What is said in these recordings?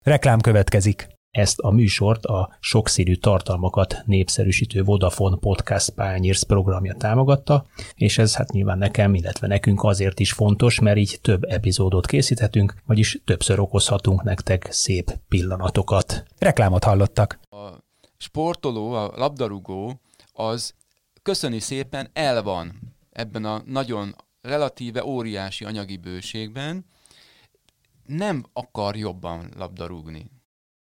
Reklám következik. Ezt a műsort a sokszínű tartalmakat népszerűsítő Vodafone Podcast Pioneers programja támogatta, és ez hát nyilván nekem, illetve nekünk azért is fontos, mert így több epizódot készíthetünk, vagyis többször okozhatunk nektek szép pillanatokat. Reklámot hallottak. A sportoló, a labdarúgó, az köszöni szépen el van ebben a nagyon relatíve óriási anyagi bőségben, nem akar jobban labdarúgni.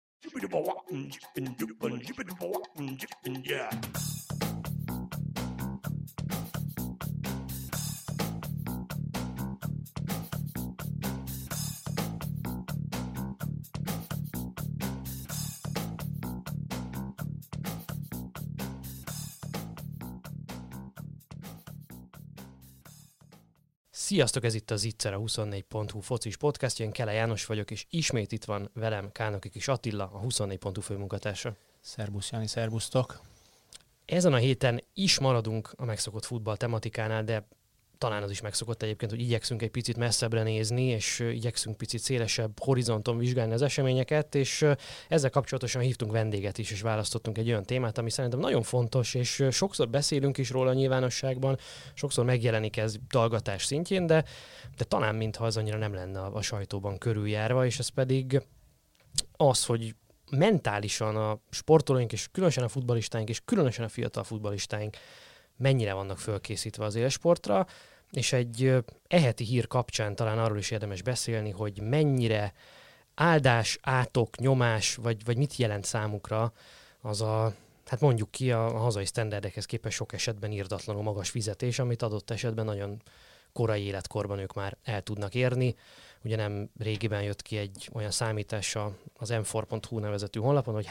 Sziasztok, ez itt az Ittszer, a 24.hu focis podcastja, én Kele János vagyok, és ismét itt van velem Kálnoki Kis Attila, a 24.hu főmunkatársa. Szerbusz Jani, szerbusztok! Ezen a héten is maradunk a megszokott futball tematikánál, de talán az is megszokott egyébként, hogy igyekszünk egy picit messzebbre nézni, és igyekszünk picit szélesebb horizonton vizsgálni az eseményeket, és ezzel kapcsolatosan hívtunk vendéget is, és választottunk egy olyan témát, ami szerintem nagyon fontos, és sokszor beszélünk is róla a nyilvánosságban, sokszor megjelenik ez dalgatás szintjén, de talán mintha az annyira nem lenne a sajtóban körüljárva, és ez pedig az, hogy mentálisan a sportolóink, és különösen a futballistáink, és különösen a fiatal futballistáink mennyire vannak fölkészítve az élsportra, és egy eheti hír kapcsán talán arról is érdemes beszélni, hogy mennyire áldás, átok, nyomás, vagy mit jelent számukra az a, hát mondjuk ki a hazai sztenderdekhez képest sok esetben irdatlanul magas fizetés, amit adott esetben nagyon korai életkorban ők már el tudnak érni. Ugye nem régiben jött ki egy olyan számítás az m4.hu nevezetű honlapon, hogy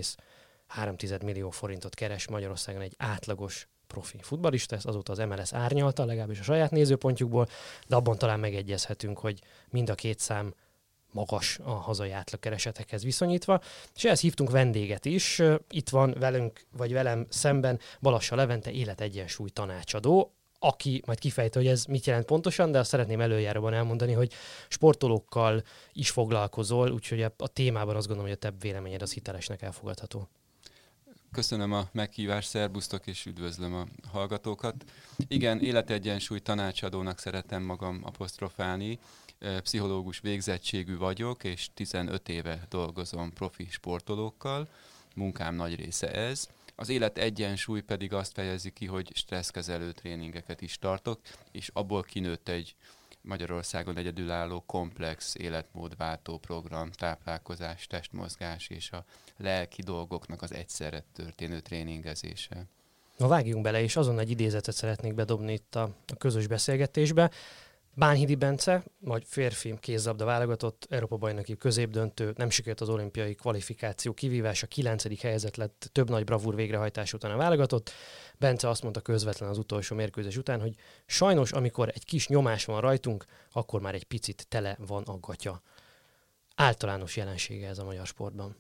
3,3 millió forintot keres Magyarországon egy átlagos profi futballista, ezt azóta az MLS árnyalta, legalábbis a saját nézőpontjukból, de abban talán megegyezhetünk, hogy mind a két szám magas a hazai átlagkeresetekhez viszonyítva, és ehhez hívtunk vendéget is. Itt van velünk, vagy velem szemben Balassa Levente, életegyensúly tanácsadó, aki majd kifejti, hogy ez mit jelent pontosan, de azt szeretném előjáróban elmondani, hogy sportolókkal is foglalkozol, úgyhogy a témában azt gondolom, hogy a te véleményed az hitelesnek elfogadható. Köszönöm a meghívást, szerbusztok, és üdvözlöm a hallgatókat. Igen, életegyensúly tanácsadónak szeretem magam apostrofálni. Pszichológus végzettségű vagyok, és 15 éve dolgozom profi sportolókkal. Munkám nagy része ez. Az életegyensúly pedig azt fejezi ki, hogy stresszkezelő tréningeket is tartok, és abból kinőtt egy Magyarországon egyedülálló komplex életmódváltó program, táplálkozás, testmozgás és a lelki dolgoknak az egyszerre történő tréningezése. Na vágjunk bele, és azon egy idézetet szeretnék bedobni itt a közös beszélgetésbe. Bánhidi Bence, vagy férfi kézilabda válogatott, Európa-bajnoki középdöntő, nem sikerült az olimpiai kvalifikáció kivívása, 9. helyzet lett több nagy bravúr végrehajtás után a válogatott. Bence azt mondta közvetlen az utolsó mérkőzés után, hogy sajnos, amikor egy kis nyomás van rajtunk, akkor már egy picit tele van a gatya. Általános jelensége ez a magyar sportban.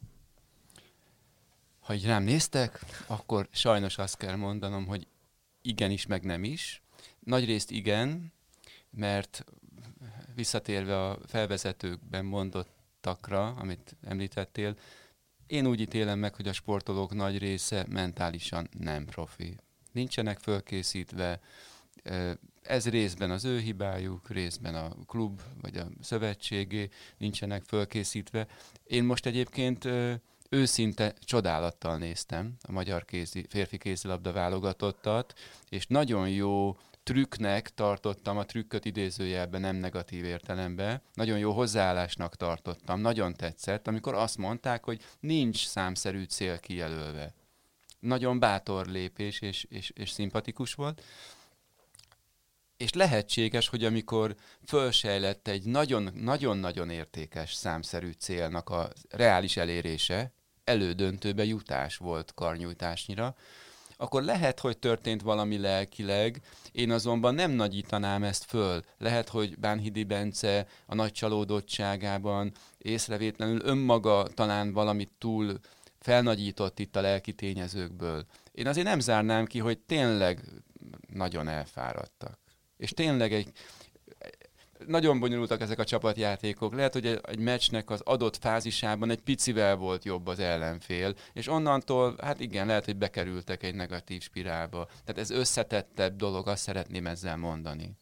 Ha így rám néztek, akkor sajnos azt kell mondanom, hogy igenis, meg nem is. Nagyrészt igen, mert visszatérve a felvezetőkben mondottakra, amit említettél, én úgy ítélem meg, hogy a sportolók nagy része mentálisan nem profi. Nincsenek fölkészítve, ez részben az ő hibájuk, részben a klub vagy a szövetségé, nincsenek fölkészítve. Én most egyébként őszinte csodálattal néztem a magyar férfi kézilabda válogatottat, és nagyon jó trükknek tartottam, a trükköt idézőjelben, nem negatív értelemben, nagyon jó hozzáállásnak tartottam, nagyon tetszett, amikor azt mondták, hogy nincs számszerű cél kijelölve. Nagyon bátor lépés, és szimpatikus volt. És lehetséges, hogy amikor fölsejlett egy nagyon-nagyon értékes számszerű célnak a reális elérése, elődöntőbe jutás volt karnyújtásnyira, akkor lehet, hogy történt valami lelkileg, én azonban nem nagyítanám ezt föl. Lehet, hogy Bánhidi Bence a nagy csalódottságában észrevétlenül önmaga talán valamit túl felnagyított itt a lelki tényezőkből. Én azért nem zárnám ki, hogy tényleg nagyon elfáradtak. És tényleg nagyon bonyolultak ezek a csapatjátékok. Lehet, hogy egy meccsnek az adott fázisában egy picivel volt jobb az ellenfél, és onnantól, hát igen, lehet, hogy bekerültek egy negatív spirálba. Tehát ez összetettebb dolog, azt szeretném ezzel mondani.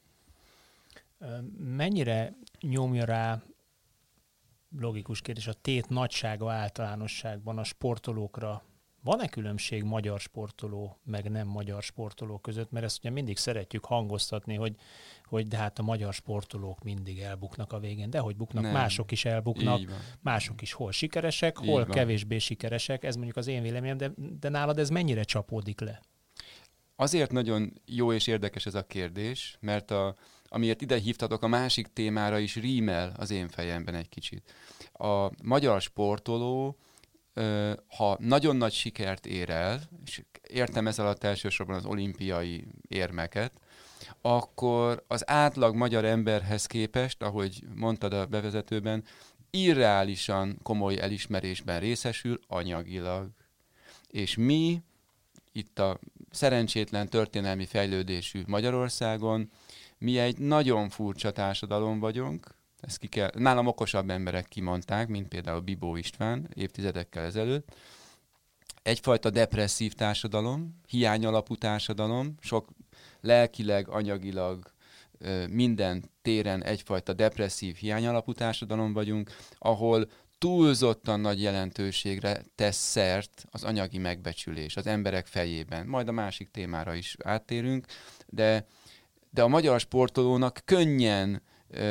Mennyire nyomja rá, logikus kérdés, a tét nagysága általánosságban a sportolókra? Van-e különbség magyar sportoló, meg nem magyar sportoló között? Mert ezt ugye mindig szeretjük hangoztatni, hogy de hát a magyar sportolók mindig elbuknak a végén. De hogy buknak, nem. Mások is elbuknak, mások is hol sikeresek, hol kevésbé sikeresek. Ez mondjuk az én véleményem, de nálad ez mennyire csapódik le? Azért nagyon jó és érdekes ez a kérdés, mert amiért ide hívtatok, a másik témára is rímel az én fejemben egy kicsit. A magyar sportoló, ha nagyon nagy sikert ér el, és értem ez alatt elsősorban az olimpiai érmeket, akkor az átlag magyar emberhez képest, ahogy mondtad a bevezetőben, irreálisan komoly elismerésben részesül anyagilag. És mi, itt a szerencsétlen történelmi fejlődésű Magyarországon, mi egy nagyon furcsa társadalom vagyunk, ezt nálam okosabb emberek kimondták, mint például Bibó István évtizedekkel ezelőtt. Egyfajta depresszív társadalom, hiányalapú társadalom, sok lelkileg, anyagilag minden téren egyfajta depresszív, hiányalapú társadalom vagyunk, ahol túlzottan nagy jelentőségre tesz szert az anyagi megbecsülés az emberek fejében. Majd a másik témára is áttérünk, de a magyar sportolónak könnyen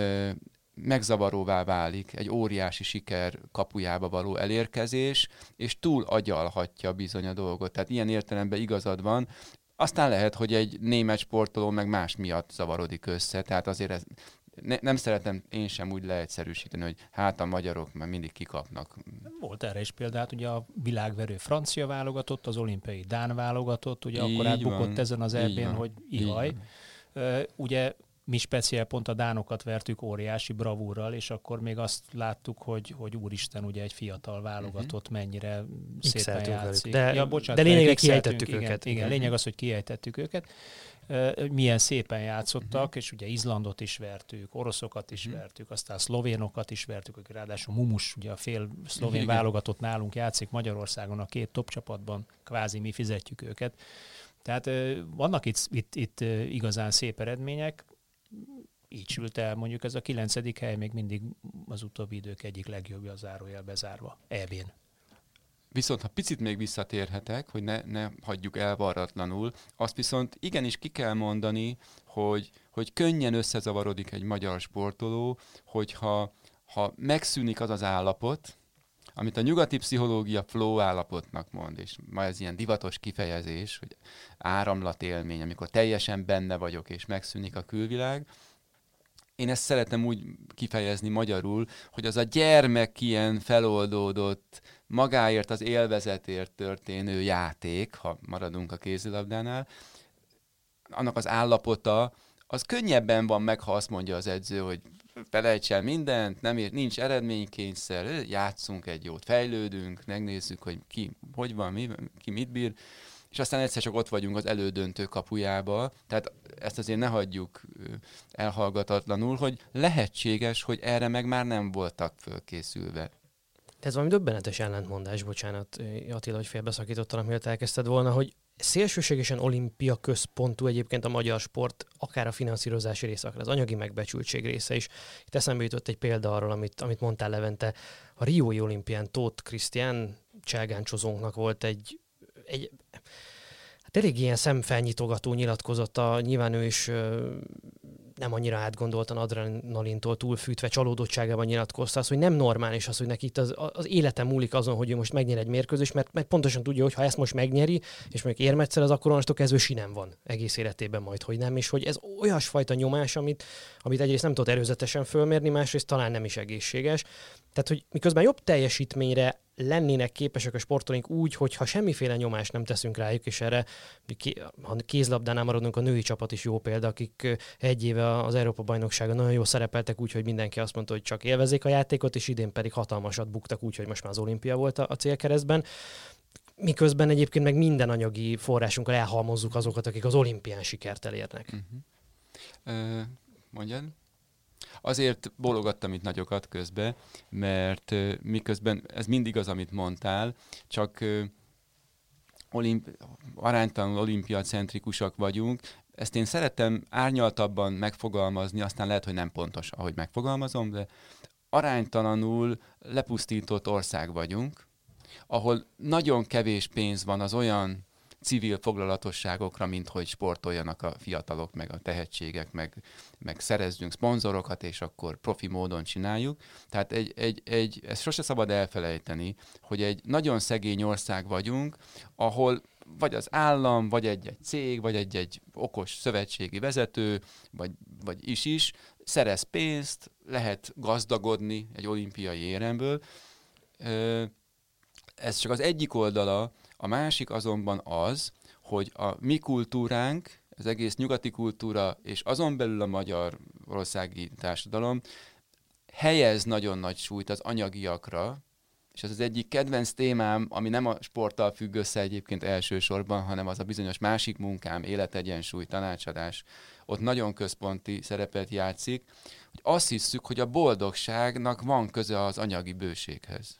megzavaróvá válik egy óriási siker kapujába való elérkezés, és túl agyalhatja bizony a dolgot. Tehát ilyen értelemben igazad van. Aztán lehet, hogy egy német sportoló meg más miatt zavarodik össze, tehát azért nem szeretem én sem úgy leegyszerűsíteni, hogy hát a magyarok már mindig kikapnak. Volt erre is példát, ugye a világverő francia válogatott, az olimpiai dán válogatott, ugye akkor átbukott ezen az EB-n, hogy ihaj. Ugye mi speciál pont a dánokat vertük óriási bravúrral, és akkor még azt láttuk, hogy úristen, ugye egy fiatal válogatott mennyire szépen játszik. De lényegre kiejtettük őket. Igen, lényeg az, hogy kiejtettük őket. Milyen szépen játszottak, és ugye Izlandot is vertük, oroszokat is vertük, aztán szlovénokat is vertük, akik ráadásul Mumus, ugye a fél szlovén válogatott nálunk játszik Magyarországon a két top csapatban, kvázi mi fizetjük őket. Tehát vannak itt igazán szép eredmények. Így sült el mondjuk ez a 9. hely, még mindig az utóbbi idők egyik legjobbja, zárójel bezárva, EB-n. Viszont ha picit még visszatérhetek, hogy ne hagyjuk elvarratlanul, azt viszont igenis ki kell mondani, hogy könnyen összezavarodik egy magyar sportoló, hogyha megszűnik az az állapot, amit a nyugati pszichológia flow állapotnak mond, és ma ez ilyen divatos kifejezés, hogy áramlatélmény, amikor teljesen benne vagyok, és megszűnik a külvilág. Én ezt szeretem úgy kifejezni magyarul, hogy az a gyermek ilyen feloldódott, magáért az élvezetért történő játék, ha maradunk a kézilabdánál, annak az állapota, az könnyebben van meg, ha azt mondja az edző, hogy felejts el mindent, nincs eredménykényszer, játszunk egy jót, fejlődünk, megnézzük, hogy ki hogy van, ki mit bír, és aztán egyszer csak ott vagyunk az elődöntő kapujába, tehát ezt azért ne hagyjuk elhallgatatlanul, hogy lehetséges, hogy erre meg már nem voltak fölkészülve. Ez valami döbbenetes ellentmondás, bocsánat, Attila, hogy félbeszakítottam, amiért elkezdted volna, hogy szélsőségesen olimpia központú egyébként a magyar sport, akár a finanszírozási része, akár az anyagi megbecsültség része is. Itt eszembe jutott egy példa arról, amit mondtál, Levente. A Riói olimpián Tóth Krisztián cselgáncsozónknak volt egy elég ilyen szemfelnyitogató nyilatkozata, nyilván ő is nem annyira átgondoltan adrenalintól túlfűtve csalódottságában nyilatkozta az, hogy nem normális az, hogy neki itt az élete múlik azon, hogy ő most megnyer egy mérkőzést, mert pontosan tudja, hogy ha ezt most megnyeri, és mondjuk érmegyszer, az akkor onnantól kezdve sinem van egész életében majd, hogy nem, és hogy ez olyasfajta nyomás, amit egyrészt nem tudod erőzetesen fölmérni, másrészt talán nem is egészséges. Tehát, hogy miközben jobb teljesítményre lennének képesek a sportolóink úgy, hogyha semmiféle nyomást nem teszünk rájuk, és erre, ha kézlabdánál maradunk, a női csapat is jó példa, akik egy éve az Európa-bajnokságon nagyon jól szerepeltek úgy, hogy mindenki azt mondta, hogy csak élvezik a játékot, és idén pedig hatalmasat buktak úgy, hogy most már az olimpia volt a célkeresztben. Miközben egyébként meg minden anyagi forrásunkkal elhalmozzuk azokat, akik az olimpián sikert elérnek. Mondjad? Azért bólogattam itt nagyokat közbe, mert miközben ez mindig az, amit mondtál, csak aránytalanul olimpiacentrikusak vagyunk. Ezt én szeretem árnyaltabban megfogalmazni, aztán lehet, hogy nem pontos, ahogy megfogalmazom, de aránytalanul lepusztított ország vagyunk, ahol nagyon kevés pénz van az olyan civil foglalatosságokra, mint hogy sportoljanak a fiatalok, meg a tehetségek, meg szerezzünk szponzorokat, és akkor profi módon csináljuk. Tehát ezt sose szabad elfelejteni, hogy egy nagyon szegény ország vagyunk, ahol vagy az állam, vagy egy cég, vagy egy okos szövetségi vezető, vagy is szerez pénzt, lehet gazdagodni egy olimpiai éremből. Ez csak az egyik oldala, a másik azonban az, hogy a mi kultúránk, az egész nyugati kultúra, és azon belül a magyarországi társadalom helyez nagyon nagy súlyt az anyagiakra, és ez az egyik kedvenc témám, ami nem a sporttal függ össze egyébként elsősorban, hanem az a bizonyos másik munkám, életegyensúly, tanácsadás, ott nagyon központi szerepet játszik, hogy azt hisszük, hogy a boldogságnak van köze az anyagi bőséghez.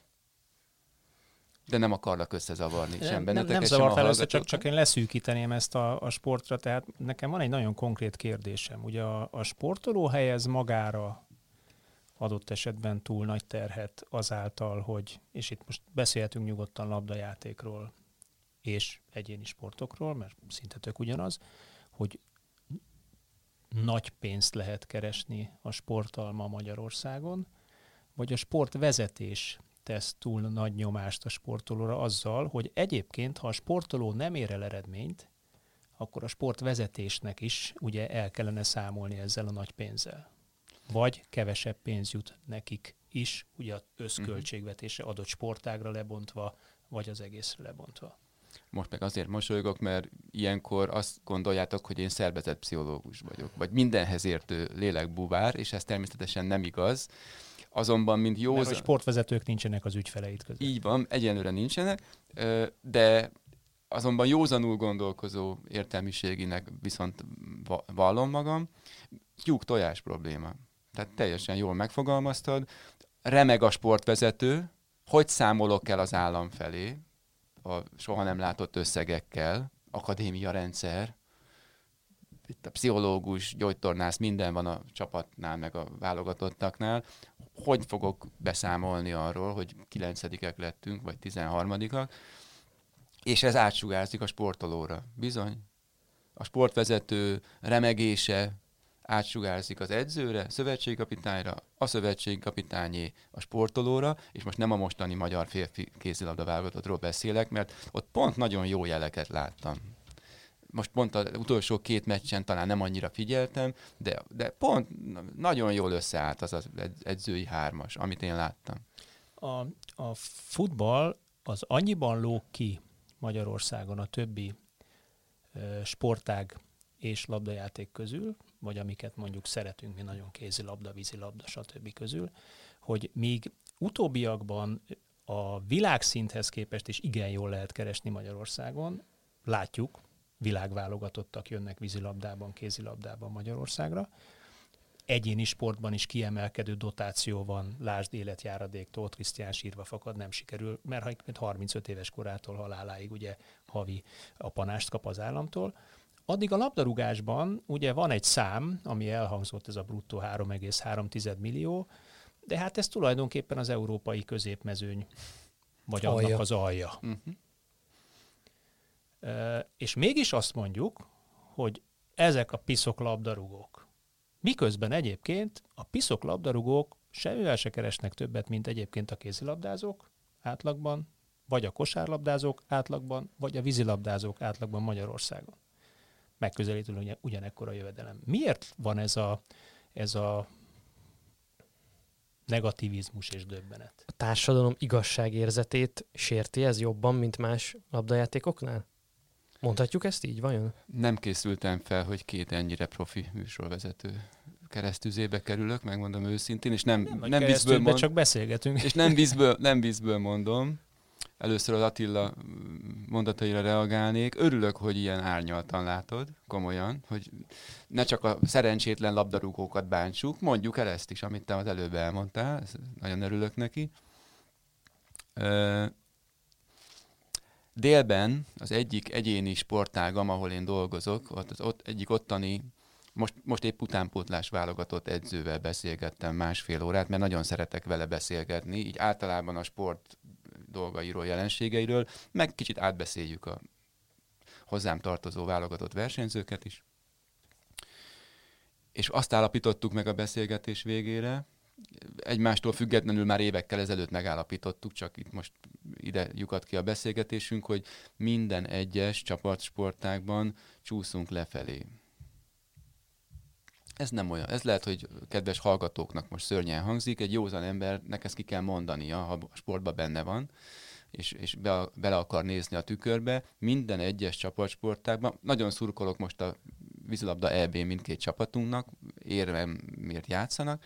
De nem akarlak összezavarni sem benneteket, nem zavar fel össze, csak én leszűkíteném ezt a sportra, tehát nekem van egy nagyon konkrét kérdésem. Ugye a sportoló helyez magára adott esetben túl nagy terhet azáltal, hogy, és itt most beszélhetünk nyugodtan labdajátékról és egyéni sportokról, mert szinte tök ugyanaz, hogy nagy pénzt lehet keresni a sporttal ma Magyarországon, vagy a sportvezetés tesz túl nagy nyomást a sportolóra azzal, hogy egyébként, ha a sportoló nem ér el eredményt, akkor a sportvezetésnek is ugye el kellene számolni ezzel a nagy pénzzel. Vagy kevesebb pénz jut nekik is, ugye az összköltségvetése adott sportágra lebontva, vagy az egészre lebontva. Most meg azért mosolygok, mert ilyenkor azt gondoljátok, hogy én szervezetpszichológus vagyok, vagy mindenhez értő lélekbúvár, és ez természetesen nem igaz. Azonban, mint józan... Mert hogy sportvezetők nincsenek az ügyfeleid között. Így van, egyenlőre nincsenek, de azonban józanul gondolkozó értelmiséginek viszont vallom magam. Tyúk-tojás probléma. Tehát teljesen jól megfogalmaztad. Remeg a sportvezető, hogy számolok el az állam felé, a soha nem látott összegekkel, akadémia rendszer, itt a pszichológus, gyógytornász, minden van a csapatnál, meg a válogatottaknál. Hogy fogok beszámolni arról, hogy 9-ek lettünk, vagy 13-ak, és ez átsugárzik a sportolóra. Bizony. A sportvezető remegése átsugárzik az edzőre, szövetségkapitányra, a szövetségkapitányé a sportolóra, és most nem a mostani magyar férfi kézilabda válogatottról beszélek, mert ott pont nagyon jó jeleket láttam. Most pont az utolsó 2 meccsen talán nem annyira figyeltem, de pont nagyon jól összeállt az edzői 3-as, amit én láttam. A futball az annyiban lóg ki Magyarországon a többi sportág és labdajáték közül, vagy amiket mondjuk szeretünk, mi nagyon kézilabda, vízilabda, stb. Közül, hogy míg utóbbiakban a világszinthez képest is igen jól lehet keresni Magyarországon, látjuk, világválogatottak jönnek vízilabdában, kézilabdában Magyarországra. Egyéni sportban is kiemelkedő dotáció van, lásd életjáradék, Tóth Krisztián sírva fakad, nem sikerül, mert 35 éves korától haláláig ugye havi apanást kap az államtól. Addig a labdarúgásban ugye van egy szám, ami elhangzott, ez a bruttó 3,3 millió, de hát ez tulajdonképpen az európai középmezőny, vagy annak az alja. És mégis azt mondjuk, hogy ezek a piszok labdarúgók. Miközben egyébként a piszok labdarúgók semmivel se keresnek többet, mint egyébként a kézilabdázók átlagban, vagy a kosárlabdázók átlagban, vagy a vízilabdázók átlagban Magyarországon. Megközelítően ugyanekkora jövedelem. Miért van ez a negativizmus és döbbenet? A társadalom igazságérzetét sérti ez jobban, mint más labdajátékoknál? Mondhatjuk ezt így, vajon? Nem készültem fel, hogy 2 ennyire profi műsorvezető keresztüzébe kerülök, megmondom őszintén, és nem vízből mondom. Csak beszélgetünk. És nem vízből mondom. Először az Attila mondataira reagálnék. Örülök, hogy ilyen árnyaltan látod, komolyan, hogy ne csak a szerencsétlen labdarúgókat bántsuk, mondjuk el ezt is, amit te az előbb elmondtál, nagyon örülök neki. Délben az egyik egyéni sportágam, ahol én dolgozok, ott egyik ottani, most épp utánpótlás válogatott edzővel beszélgettem másfél órát, mert nagyon szeretek vele beszélgetni, így általában a sport dolgairól, jelenségeiről, meg kicsit átbeszéljük a hozzám tartozó válogatott versenyzőket is. És azt állapítottuk meg a beszélgetés végére, egymástól függetlenül már évekkel ezelőtt megállapítottuk, csak itt most ide lyukadt ki a beszélgetésünk, hogy minden egyes csapatsportágban csúszunk lefelé. Ez nem olyan. Ez lehet, hogy kedves hallgatóknak most szörnyen hangzik, egy józan embernek ezt ki kell mondania, ha a sportban benne van, és bele akar nézni a tükörbe. Minden egyes csapatsportágban, nagyon szurkolok most a vízilabda EB mindkét csapatunknak, érvemért játszanak,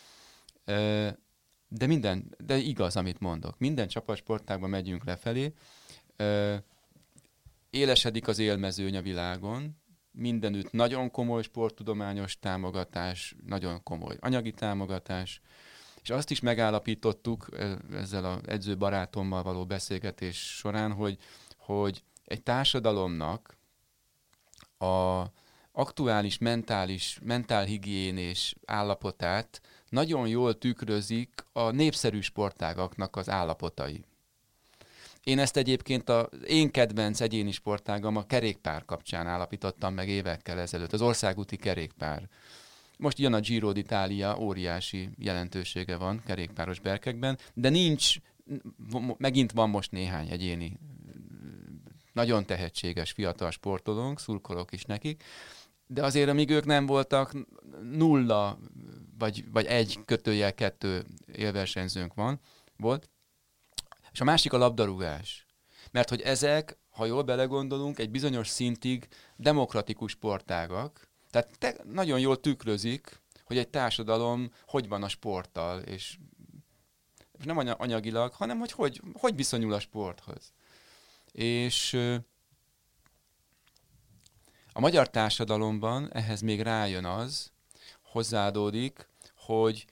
de igaz, amit mondok. Minden csapatsportágban megyünk lefelé, élesedik az élmezőny a világon, mindenütt nagyon komoly sporttudományos támogatás, nagyon komoly anyagi támogatás, és azt is megállapítottuk ezzel az edzőbarátommal való beszélgetés során, hogy egy társadalomnak a aktuális mentálhigiénés állapotát nagyon jól tükrözik a népszerű sportágaknak az állapotai. Én ezt egyébként az én kedvenc egyéni sportágam a kerékpár kapcsán állapítottam meg évekkel ezelőtt, az országúti kerékpár. Most jön a Giro d'Italia, óriási jelentősége van kerékpáros berkekben, de megint van most néhány egyéni, nagyon tehetséges fiatal sportolónk, szurkolok is nekik, de azért, amíg ők nem voltak, 0 vagy 1/2 élversenyzőnk volt. És a másik a labdarúgás. Mert hogy ezek, ha jól belegondolunk, egy bizonyos szintig demokratikus sportágak, tehát nagyon jól tükrözik, hogy egy társadalom hogy van a sporttal, és nem anyagilag, hanem hogy viszonyul a sporthoz. És a magyar társadalomban ehhez még rájön az, hozzáadódik, hogy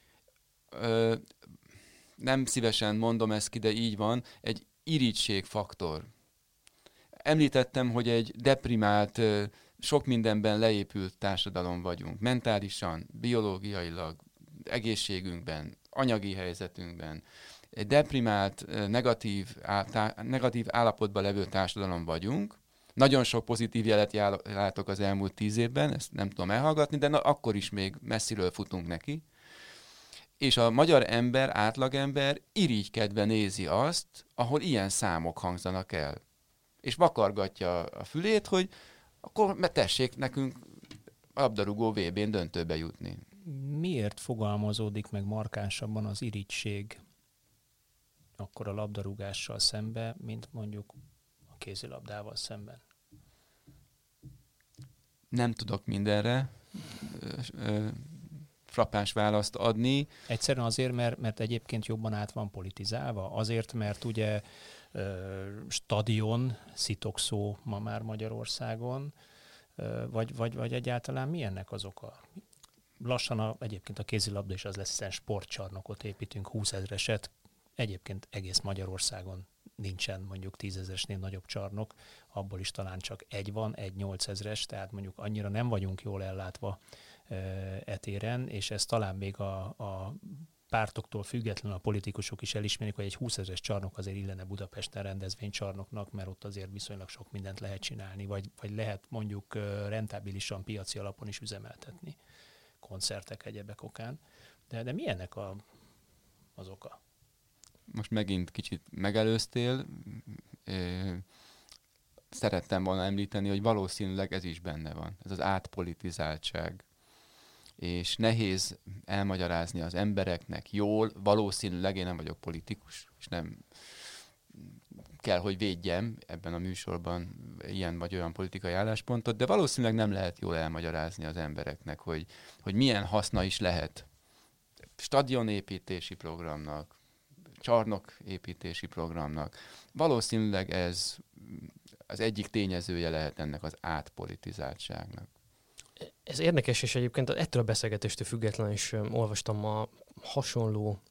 nem szívesen mondom ezt ki, de így van, egy irítségfaktor. Említettem, hogy egy deprimált, sok mindenben leépült társadalom vagyunk. Mentálisan, biológiailag, egészségünkben, anyagi helyzetünkben. Egy deprimált, negatív állapotban levő társadalom vagyunk. Nagyon sok pozitív jelet látok az elmúlt 10 évben, ezt nem tudom elhallgatni, de akkor is még messziről futunk neki. És a magyar ember, átlagember irigykedve nézi azt, ahol ilyen számok hangzanak el. És vakargatja a fülét, hogy akkor tessék nekünk labdarúgó VB-n döntőbe jutni. Miért fogalmazódik meg markánsabban az irigység akkor a labdarúgással szembe, mint mondjuk a kézilabdával szemben? Nem tudok mindenre frappáns választ adni. Egyszerűen azért, mert egyébként jobban át van politizálva? Azért, mert ugye stadion, szitokszó ma már Magyarországon, vagy egyáltalán mi ennek az oka? Lassan egyébként a kézilabda is az lesz, hiszen sportcsarnokot építünk, 20 000-eset, egyébként egész Magyarországon nincsen mondjuk 10 000-esnél nagyobb csarnok, abból is talán csak egy van, egy 8 000-es, tehát mondjuk annyira nem vagyunk jól ellátva etéren, és ez talán még a pártoktól függetlenül a politikusok is elismerik, hogy egy 20 000-es csarnok azért illene Budapesten rendezvénycsarnoknak, mert ott azért viszonylag sok mindent lehet csinálni, vagy lehet mondjuk rentábilisan piaci alapon is üzemeltetni koncertek, egyebek okán. De mi ennek az oka? Most megint kicsit megelőztél. Szerettem volna említeni, hogy valószínűleg ez is benne van. Ez az átpolitizáltság. És nehéz elmagyarázni az embereknek jól, valószínűleg én nem vagyok politikus, és nem kell, hogy védjem ebben a műsorban ilyen vagy olyan politikai álláspontot, de valószínűleg nem lehet jól elmagyarázni az embereknek, hogy milyen haszna is lehet stadionépítési programnak, csarnoképítési programnak. Valószínűleg ez az egyik tényezője lehet ennek az átpolitizáltságnak. Ez érdekes, és egyébként ettől a beszélgetéstől függetlenül is olvastam ma hasonló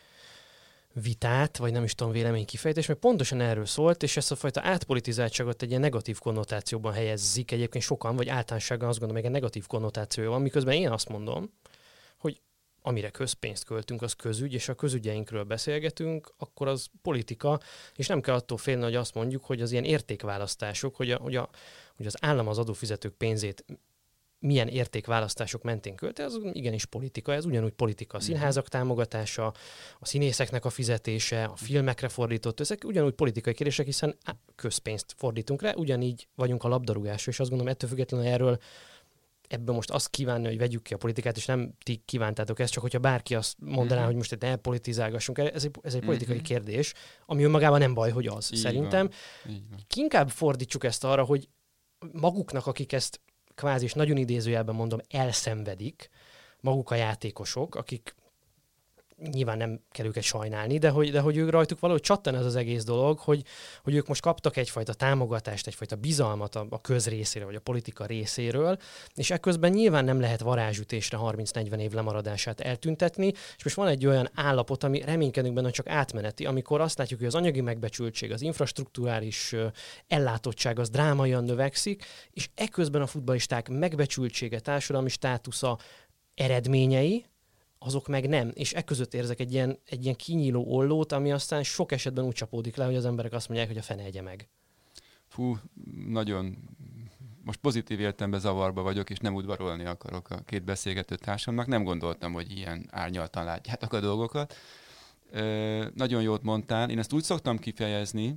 vitát, vagy nem is tudom, véleménykifejtés, mert pontosan erről szólt, és ezt a fajta átpolitizáltságot egy ilyen negatív konnotációban helyezzik egyébként sokan, vagy általánosságban azt gondolom, hogy egy negatív konnotációja van, miközben én azt mondom, hogy amire közpénzt költünk, az közügy, és a közügyeinkről beszélgetünk, akkor az politika, és nem kell attól félni, hogy azt mondjuk, hogy az ilyen értékválasztások, hogy az állam az adófizetők pénzét milyen értékválasztások mentén költi, az igenis politika, ez ugyanúgy politika. A színházak támogatása, a színészeknek a fizetése, a filmekre fordított ezek ugyanúgy politikai kérdések, hiszen közpénzt fordítunk rá, ugyanígy vagyunk a labdarúgásra, és azt gondolom, ettől függetlenül ebből most azt kívánni, hogy vegyük ki a politikát, és nem ti kívántátok ezt, csak hogyha bárki azt mondaná, hogy most elpolitizálgassunk, ez egy politikai kérdés, ami önmagában nem baj, hogy az. Így szerintem van. inkább fordítsuk ezt arra, hogy maguknak, akik ezt kvázi, és nagyon idézőjelben mondom, elszenvedik, maguk a játékosok, akik nyilván nem kell őket sajnálni, de hogy ők rajtuk valahogy csattan ez az egész dolog, hogy ők most kaptak egyfajta támogatást, egyfajta bizalmat a közrészére, vagy a politika részéről, és ekközben nyilván nem lehet varázsütésre 30-40 év lemaradását eltüntetni, és most van egy olyan állapot, ami reménykedünk benne, hogy csak átmeneti, amikor azt látjuk, hogy az anyagi megbecsültség, az infrastrukturális ellátottság az drámaian növekszik, és ekközben a futballisták megbecsültsége, társadalmi státusza, eredményei, azok meg nem. És ekközött érzek egy ilyen kinyíló ollót, ami aztán sok esetben úgy csapódik le, hogy az emberek azt mondják, hogy a fene egye meg. Fú, nagyon most pozitív értelemben zavarba vagyok, és nem udvarolni akarok a két beszélgető társamnak. Nem gondoltam, hogy ilyen árnyaltan látjátok a dolgokat. Nagyon jót mondtál. Én ezt úgy szoktam kifejezni,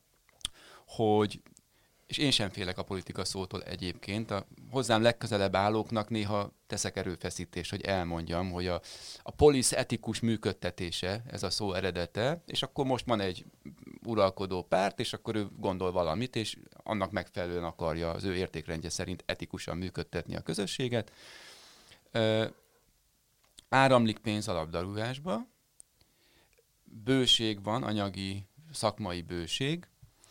hogy és én sem félek a politika szótól egyébként. A hozzám legközelebb állóknak néha teszek erőfeszítést, hogy elmondjam, hogy a polisz etikus működtetése, ez a szó eredete, és akkor most van egy uralkodó párt, és akkor ő gondol valamit, és annak megfelelően akarja az ő értékrendje szerint etikusan működtetni a közösséget. Áramlik pénz a labdarúgásba, bőség van, anyagi, szakmai bőség.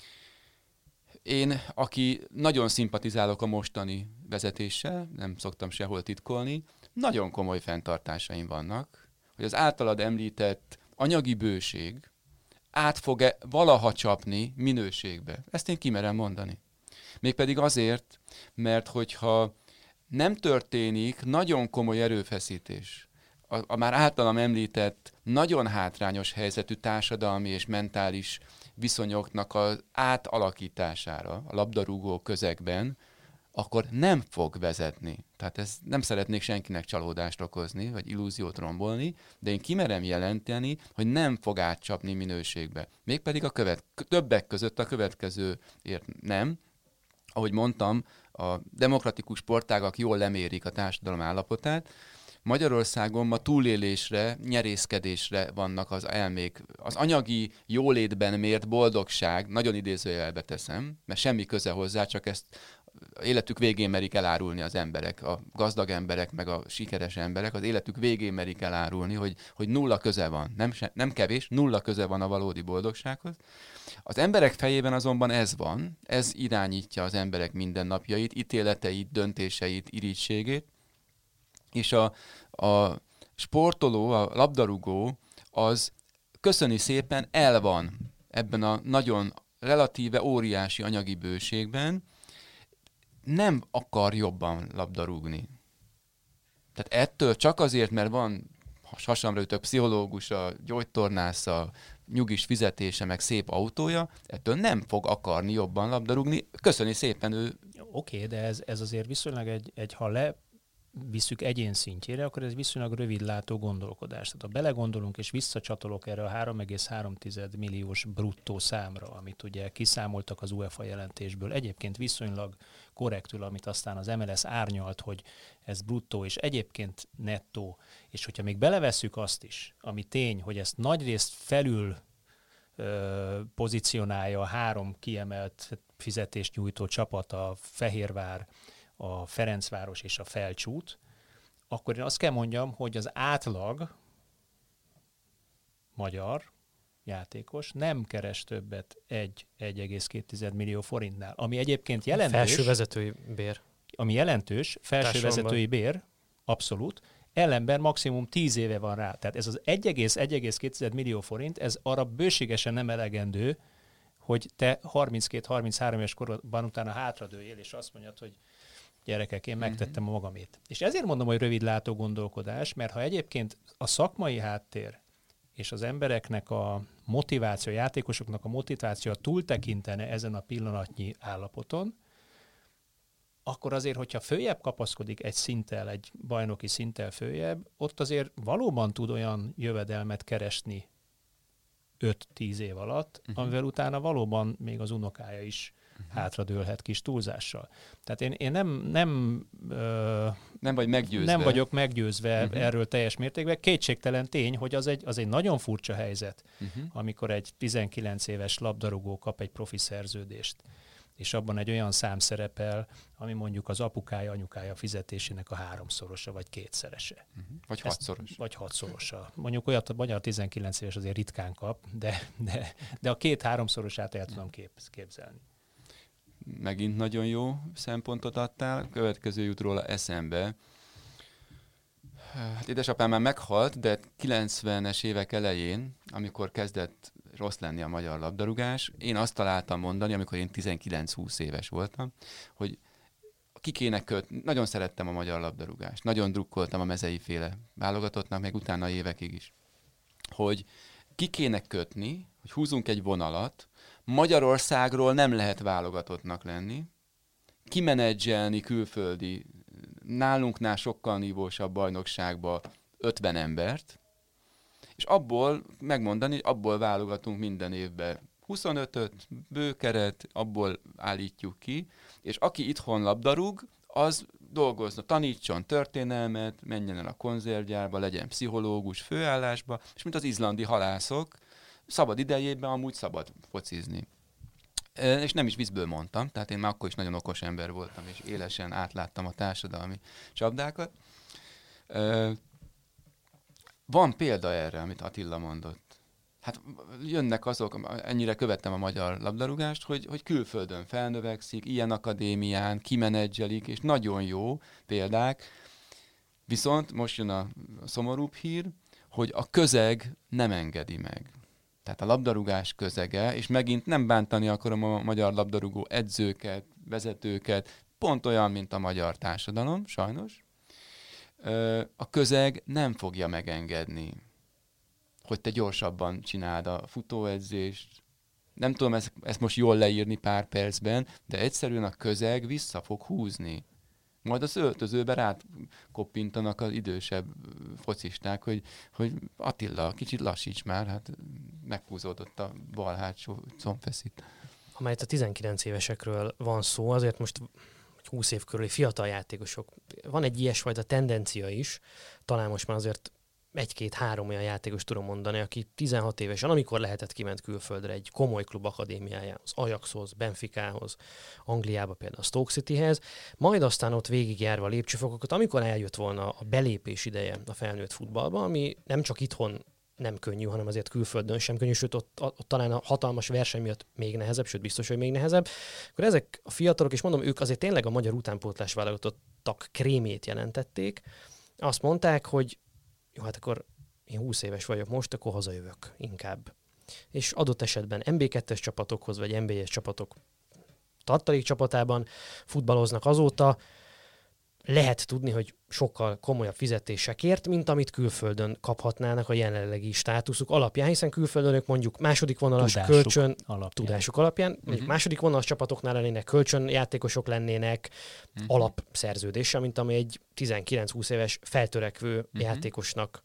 Én, aki nagyon szimpatizálok a mostani vezetéssel, nem szoktam sehol titkolni, nagyon komoly fenntartásaim vannak, hogy az általad említett anyagi bőség át fog-e valaha csapni minőségbe. Ezt én kimerem mondani. Mégpedig azért, mert hogyha nem történik nagyon komoly erőfeszítés, a már általam említett nagyon hátrányos helyzetű társadalmi és mentális viszonyoknak az átalakítására a labdarúgó közegben, akkor nem fog vezetni. Tehát ez nem szeretnék senkinek csalódást okozni, vagy illúziót rombolni, de én kimerem jelenteni, hogy nem fog átcsapni minőségbe. Mégpedig többek között a következőért nem. Ahogy mondtam, a demokratikus sportágak jól lemérik a társadalom állapotát. Magyarországon ma túlélésre, nyerészkedésre vannak az elmék. Az anyagi jólétben mért boldogság, nagyon idézőjelbe teszem, mert semmi köze hozzá, csak ezt életük végén merik elárulni az emberek, a gazdag emberek, meg a sikeres emberek, az életük végén merik elárulni, hogy nulla köze van. Nem kevés, nulla köze van a valódi boldogsághoz. Az emberek fejében azonban ez van, ez irányítja az emberek mindennapjait, ítéleteit, döntéseit, irítségét, és a sportoló, a labdarúgó, az köszöni szépen el van ebben a nagyon relatíve óriási anyagi bőségben, nem akar jobban labdarúgni. Tehát ettől csak azért, mert van hasamra ütő pszichológus, a gyógytornász, a nyugis fizetése, meg szép autója, ettől nem fog akarni jobban labdarúgni. Köszöni szépen ő. Oké, de ez azért viszonylag ha visszük egyén szintjére, akkor ez viszonylag rövidlátó gondolkodás. Tehát ha belegondolunk és visszacsatolok erre a 3,3 milliós bruttó számra, amit ugye kiszámoltak az UEFA jelentésből, egyébként viszonylag korrektül, amit aztán az MLS árnyalt, hogy ez bruttó és egyébként nettó, és hogyha még belevesszük azt is, ami tény, hogy ezt nagyrészt felül pozícionálja a 3 kiemelt fizetést nyújtó csapat, a Fehérvár, a Ferencváros és a Felcsút, akkor én azt kell mondjam, hogy az átlag magyar játékos nem keres többet 1,2 millió forintnál, ami egyébként jelentős. Felső vezetői bér. Ami jelentős, felső vezetői bér, abszolút, ellenben maximum 10 éve van rá. Tehát ez az 1,2 millió forint, ez arra bőségesen nem elegendő, hogy te 32-33 éves korban utána hátradőjél, és azt mondjad, hogy gyerekek, én megtettem a magamét. És ezért mondom, hogy rövidlátó gondolkodás, mert ha egyébként a szakmai háttér és az embereknek a motiváció, a játékosoknak a motiváció túltekintene ezen a pillanatnyi állapoton, akkor azért, hogyha följebb kapaszkodik egy szinttel, egy bajnoki szinttel följebb, ott azért valóban tud olyan jövedelmet keresni 5-10 év alatt, amivel utána valóban még az unokája is hátradőlhet kis túlzással. Tehát én nem vagy meggyőzve. Nem vagyok meggyőzve erről teljes mértékben. Kétségtelen tény, hogy az egy nagyon furcsa helyzet, amikor egy 19 éves labdarúgó kap egy profi szerződést, és abban egy olyan szám szerepel, ami mondjuk az apukája, anyukája fizetésének a 3-szorosa, vagy 2-szerese. Vagy 6-szoros. Vagy 6-szorosa. Mondjuk olyat a magyar 19 éves azért ritkán kap, de a 2-3-szorosát el tudom képzelni. Megint nagyon jó szempontot adtál. Következő jut róla eszembe. Hát édesapám már meghalt, de 90-es évek elején, amikor kezdett rossz lenni a magyar labdarúgás, én azt találtam mondani, amikor én 19-20 éves voltam, hogy ki kéne kötni. Nagyon szerettem a magyar labdarúgást. Nagyon drukkoltam a mezei féle válogatottnak, meg utána évekig is. Hogy ki kéne kötni, hogy húzunk egy vonalat, Magyarországról nem lehet válogatottnak lenni, kimenedzselni külföldi, nálunknál sokkal nívósabb bajnokságba 50 embert, és abból megmondani, hogy abból válogatunk minden évben 25-öt, bőkeret, abból állítjuk ki, és aki itthon labdarúg, az dolgozna, tanítson történelmet, menjen el a konzervgyárba, legyen pszichológus főállásba, és mint az izlandi halászok, szabad idejében amúgy szabad focizni. És nem is viccből mondtam, tehát én már akkor is nagyon okos ember voltam, és élesen átláttam a társadalmi csapdákat. Van példa erre, amit Attila mondott. Hát jönnek azok, ennyire követtem a magyar labdarúgást, hogy külföldön felnövekszik, ilyen akadémián, kimenedzselik, és nagyon jó példák. Viszont most jön a szomorúbb hír, hogy a közeg nem engedi meg. Tehát a labdarúgás közege, és megint nem bántani akarom a magyar labdarúgó edzőket, vezetőket, pont olyan, mint a magyar társadalom, sajnos. A közeg nem fogja megengedni, hogy te gyorsabban csináld a futóedzést. Nem tudom ezt most jól leírni pár percben, de egyszerűen a közeg vissza fog húzni. Majd az öltözőbe rád koppintanak az idősebb focisták, hogy Attila, kicsit lassíts már, hát meghúzódott a bal hátsó combfeszit. Amelyet a 19 évesekről van szó, azért most 20 év körüli fiatal játékosok. Van egy ilyesfajta tendencia is, talán most már azért 1-2-3 olyan játékos tudom mondani, aki 16 évesen, amikor lehetett, kiment külföldre egy komoly klub akadémiájához, Ajaxhoz, Benficához, Angliába például a Stoke Cityhez, majd aztán ott végigjárva a lépcsőfokokat, amikor eljött volna a belépés ideje a felnőtt futballba, ami nem csak itthon nem könnyű, hanem azért külföldön sem könnyű, sőt ott talán a hatalmas verseny miatt még nehezebb, sőt biztos, hogy még nehezebb. Akkor ezek a fiatalok, és mondom, ők azért tényleg a magyar utánpótlás válogatottak krémét jelentették, azt mondták, hogy jó, hát akkor én 20 éves vagyok most, akkor hazajövök inkább. És adott esetben MB2-es csapatokhoz, vagy NB1-es csapatok tartalék csapatában futballoznak azóta, lehet tudni, hogy sokkal komolyabb fizetésekért, mint amit külföldön kaphatnának a jelenlegi státuszuk alapján, hiszen külföldön ők mondjuk második vonalas tudásuk alapján, mondjuk második vonalas csapatoknál lennének, kölcsönjátékosok lennének, alapszerződéssel, mint ami egy 19-20 éves feltörekvő játékosnak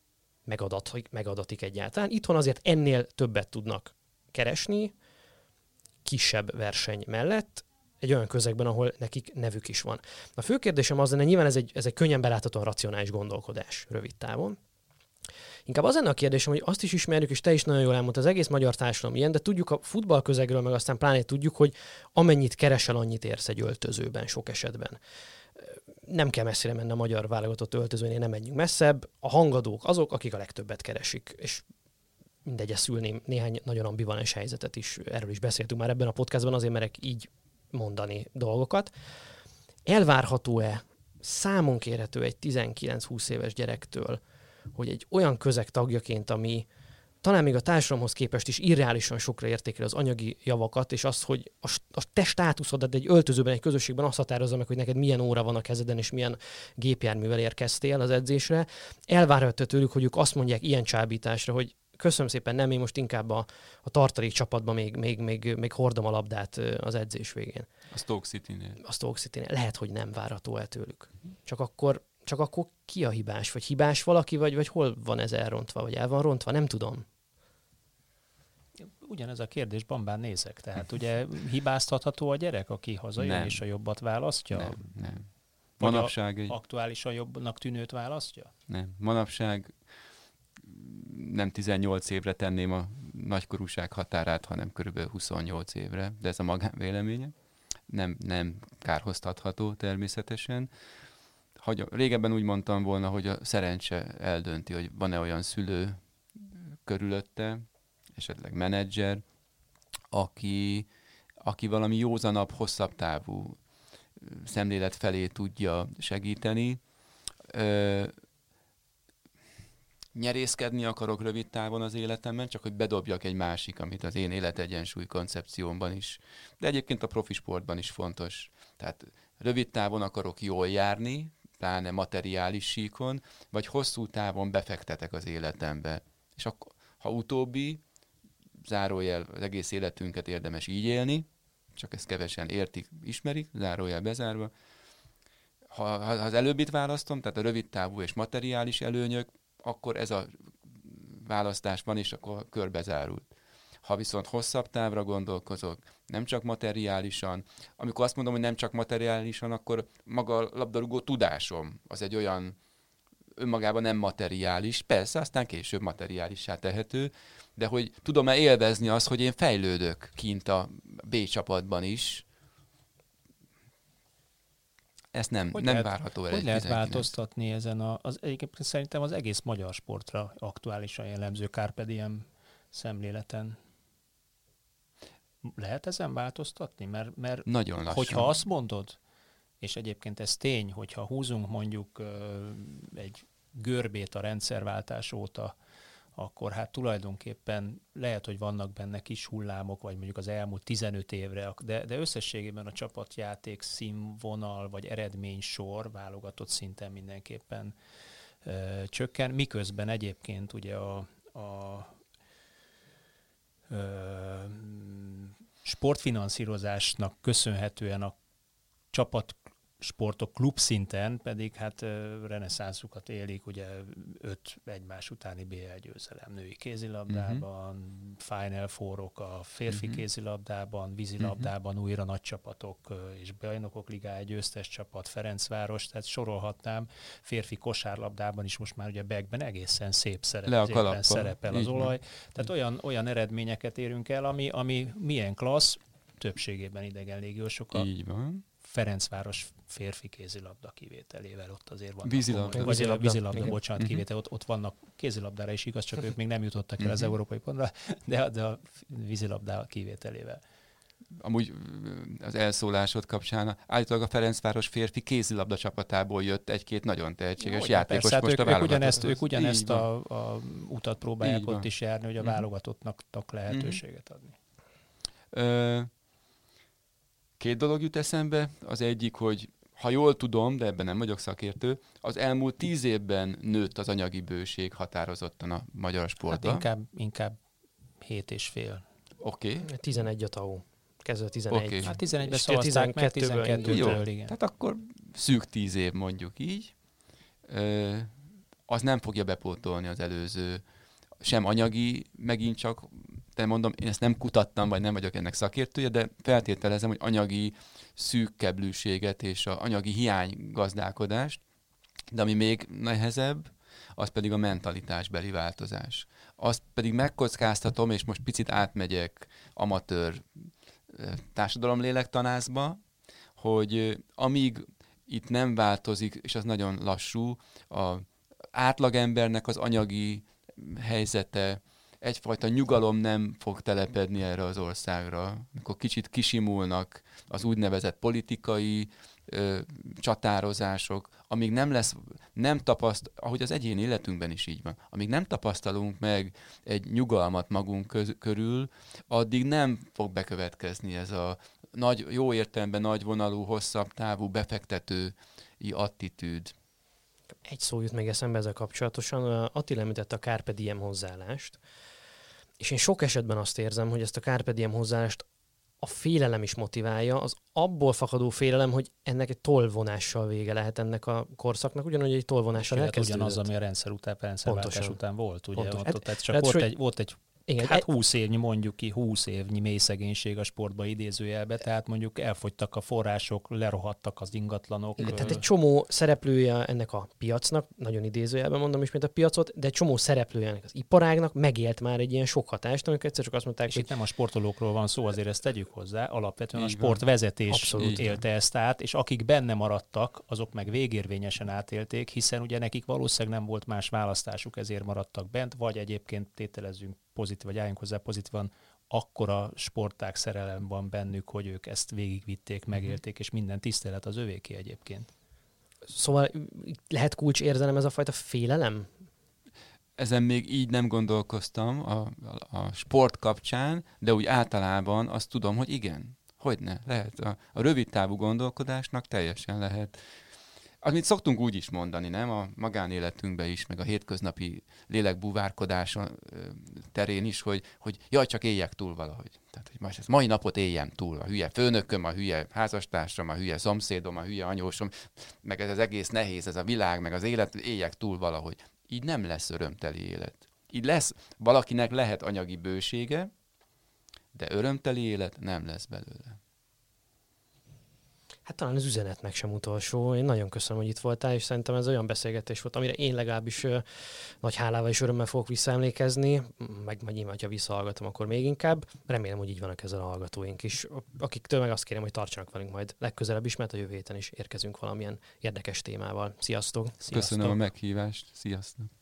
megadatik egyáltalán. Itthon azért ennél többet tudnak keresni, kisebb verseny mellett, egy olyan közegben, ahol nekik nevük is van. A fő kérdésem az lenne, nyilván ez egy könnyen beláthatóan racionális gondolkodás rövid távon. Inkább az lenne a kérdésem, hogy azt is ismerjük, és te is nagyon jól elmondtad, az egész magyar társadalom ilyen, de tudjuk a futballközegről, meg aztán pláne tudjuk, hogy amennyit keresel, annyit érsz egy öltözőben sok esetben. Nem kell messzire menni a magyar válogatott öltözőnél, nem menjünk messzebb. A hangadók azok, akik a legtöbbet keresik. És mindegy, szülni néhány nagyon ambivalens helyzetet is, erről is beszéltünk már ebben a podcastban, azért merek így mondani dolgokat. Elvárható-e, számon kérhető egy 19-20 éves gyerektől, hogy egy olyan közeg tagjaként, ami talán még a társadalomhoz képest is irreálisan sokra értékel az anyagi javakat, és azt, hogy a te státuszodat egy öltözőben, egy közösségben azt határozza meg, hogy neked milyen óra van a kezeden, és milyen gépjárművel érkeztél az edzésre. Elvárható tőlük, hogy ők azt mondják ilyen csábításra, hogy köszönöm szépen, nem, én most inkább a tartalék csapatban még hordom a labdát az edzés végén. A Stoke City-nél. A Stoke City-nél. Lehet, hogy nem várható el tőlük. Csak akkor ki a hibás? Vagy hibás valaki, vagy hol van ez elrontva, vagy el van rontva? Nem tudom. Ugyanez a kérdés, bambán nézek. Tehát ugye hibáztatható a gyerek, aki hazajön Nem. és a jobbat választja? Nem. Vagy Manapság aktuálisan jobbnak tűnőt választja? Nem. Manapság nem 18 évre tenném a nagykorúság határát, hanem körülbelül 28 évre, de ez a magánvéleménye. Nem kárhoztatható természetesen. Régebben úgy mondtam volna, hogy a szerencse eldönti, hogy van-e olyan szülő körülötte, esetleg menedzser, aki valami józanabb, hosszabb távú szemlélet felé tudja segíteni. Nyerészkedni akarok rövid távon az életemben, csak hogy bedobjak egy másik, amit az én életegyensúly koncepciómban is, de egyébként a profi sportban is fontos. Tehát rövid távon akarok jól járni, pláne materiális síkon, vagy hosszú távon befektetek az életembe. És akkor, ha utóbbi, zárójel, az egész életünket érdemes így élni, csak ezt kevesen értik, ismerik, zárójel bezárva. Ha az előbbit választom, tehát a rövid távú és materiális előnyök, akkor ez a választás van, és akkor körbezárult. Ha viszont hosszabb távra gondolkozok, nem csak materiálisan, amikor azt mondom, hogy nem csak materiálisan, akkor maga a labdarúgó tudásom az egy olyan önmagában nem materiális, persze, aztán később materiálissá tehető, de hogy tudom-e élvezni azt, hogy én fejlődök kint a B csapatban is, ezt nem várható el. Hogy lehet változtatni ezen egyébként szerintem az egész magyar sportra aktuálisan jellemző carpe diem szemléleten? Lehet ezen változtatni? Mert nagyon lassan. Hogyha azt mondod, és egyébként ez tény, hogyha húzunk mondjuk egy görbét a rendszerváltás óta, akkor hát tulajdonképpen lehet, hogy vannak benne kis hullámok, vagy mondjuk az elmúlt 15 évre, de összességében a csapatjáték színvonal, vagy eredménysor válogatott szinten mindenképpen csökken, miközben egyébként ugye a sportfinanszírozásnak köszönhetően a csapatsportok klubszinten pedig hát reneszánszukat élik, ugye 5 egymás utáni BL győzelem női kézilabdában, Final Four-ok a férfi kézilabdában, vízilabdában újra nagy csapatok és bajnokok ligája győztes csapat, Ferencváros, tehát sorolhatnám, férfi kosárlabdában is most már ugye Beckben egészen szép szerepel az olaj. Tehát olyan eredményeket érünk el, ami milyen klassz, többségében idegen légiósok. Így van. Ferencváros férfi kézilabda kivételével ott azért vannak. Vízilabda, bocsánat, kivétel, ott vannak kézilabdára is igaz, csak ők még nem jutottak el az európai pontra, de a vízilabda kivételével. Amúgy az elszólásod kapcsán állítólag a Ferencváros férfi kézilabda csapatából jött egy-két nagyon tehetséges játékos. Persze, most hát ők ugyanezt a utat próbálják ott is járni, hogy a válogatottnak lehetőséget adni. 2 dolog jut eszembe. Az egyik, hogy ha jól tudom, de ebben nem vagyok szakértő, az elmúlt 10 évben nőtt az anyagi bőség határozottan a magyar sportban. Hát inkább 7,5. Oké. 11 a TAO. Kezdve 11. Okay. Hát 11-ben szavazták meg, 12-ből, igen. Tehát akkor szűk 10 év mondjuk így. Az nem fogja bepótolni az előző, sem anyagi, megint csak, de mondom, én ezt nem kutattam, vagy nem vagyok ennek szakértője, de feltételezem, hogy anyagi szűkkeblűséget és a anyagi hiánygazdálkodást, de ami még nehezebb, az pedig a mentalitásbeli változás. Azt pedig megkockáztatom, és most picit átmegyek amatőr társadalomlélektanászba, hogy amíg itt nem változik, és az nagyon lassú, az átlagembernek az anyagi helyzete egyfajta nyugalom nem fog telepedni erre az országra, amikor kicsit kisimulnak az úgynevezett politikai csatározások, amíg nem ahogy az egyéni életünkben is így van, amíg nem tapasztalunk meg egy nyugalmat magunk körül, addig nem fog bekövetkezni ez a jó értelemben nagyvonalú, hosszabb távú befektetői attitűd. Egy szó jut még eszembe ezzel kapcsolatosan. Attila említette a Carpe Diem hozzáállást, és én sok esetben azt érzem, hogy ezt a Carpe Diem hozzáállást a félelem is motiválja, az abból fakadó félelem, hogy ennek egy tollvonással vége lehet ennek a korszaknak, ugyanúgy egy tollvonással elkezdődött. Ugyanaz, ami a rendszerváltás után volt, ugye? Hát, csak volt egy igen, 20 évnyi, mondjuk ki, 20 évnyi mély szegénység a sportba idézőjelbe, tehát mondjuk elfogytak a források, lerohadtak az ingatlanok. Igen, tehát egy csomó szereplője ennek a piacnak, nagyon idézőjelben mondom ismét a piacot, de egy csomó szereplője ennek az iparágnak megélt már egy ilyen sok hatást, amikor egyszer csak azt mondták, és hogy... itt nem a sportolókról van szó, azért ezt tegyük hozzá, alapvetően a sportvezetés élte ezt át, és akik benne maradtak, azok meg végérvényesen átélték, hiszen ugye nekik valószínűleg nem volt más választásuk, ezért maradtak bent, vagy egyébként tételezzünk pozitív, vagy álljunk hozzá pozitívan, akkora sportág szerelem van bennük, hogy ők ezt végigvitték, megélték, és minden tisztelet az övéké egyébként. Szóval lehet kulcsérzelem ez a fajta félelem? Ezen még így nem gondolkoztam a sport kapcsán, de úgy általában azt tudom, hogy igen, hogyne, lehet. A rövid távú gondolkodásnak teljesen lehet. Amit szoktunk úgy is mondani, nem? A magánéletünkben is, meg a hétköznapi lélekbúvárkodás terén is, hogy jaj, csak éljek túl valahogy. Tehát, hogy most ezt mai napot éljem túl. A hülye főnököm, a hülye házastársam, a hülye szomszédom, a hülye anyósom, meg ez az egész nehéz, ez a világ, meg az élet, éljek túl valahogy. Így nem lesz örömteli élet. Így lesz, valakinek lehet anyagi bősége, de örömteli élet nem lesz belőle. Hát talán az üzenetnek sem utolsó. Én nagyon köszönöm, hogy itt voltál, és szerintem ez olyan beszélgetés volt, amire én legalábbis nagy hálával és örömmel fogok visszaemlékezni, meg nyilván, ha visszahallgatom, akkor még inkább. Remélem, hogy így vannak ezzel a hallgatóink is, akiktől meg azt kérem, hogy tartsanak velünk majd legközelebb is, mert a jövő héten is érkezünk valamilyen érdekes témával. Sziasztok! Köszönöm a meghívást. Sziasztok!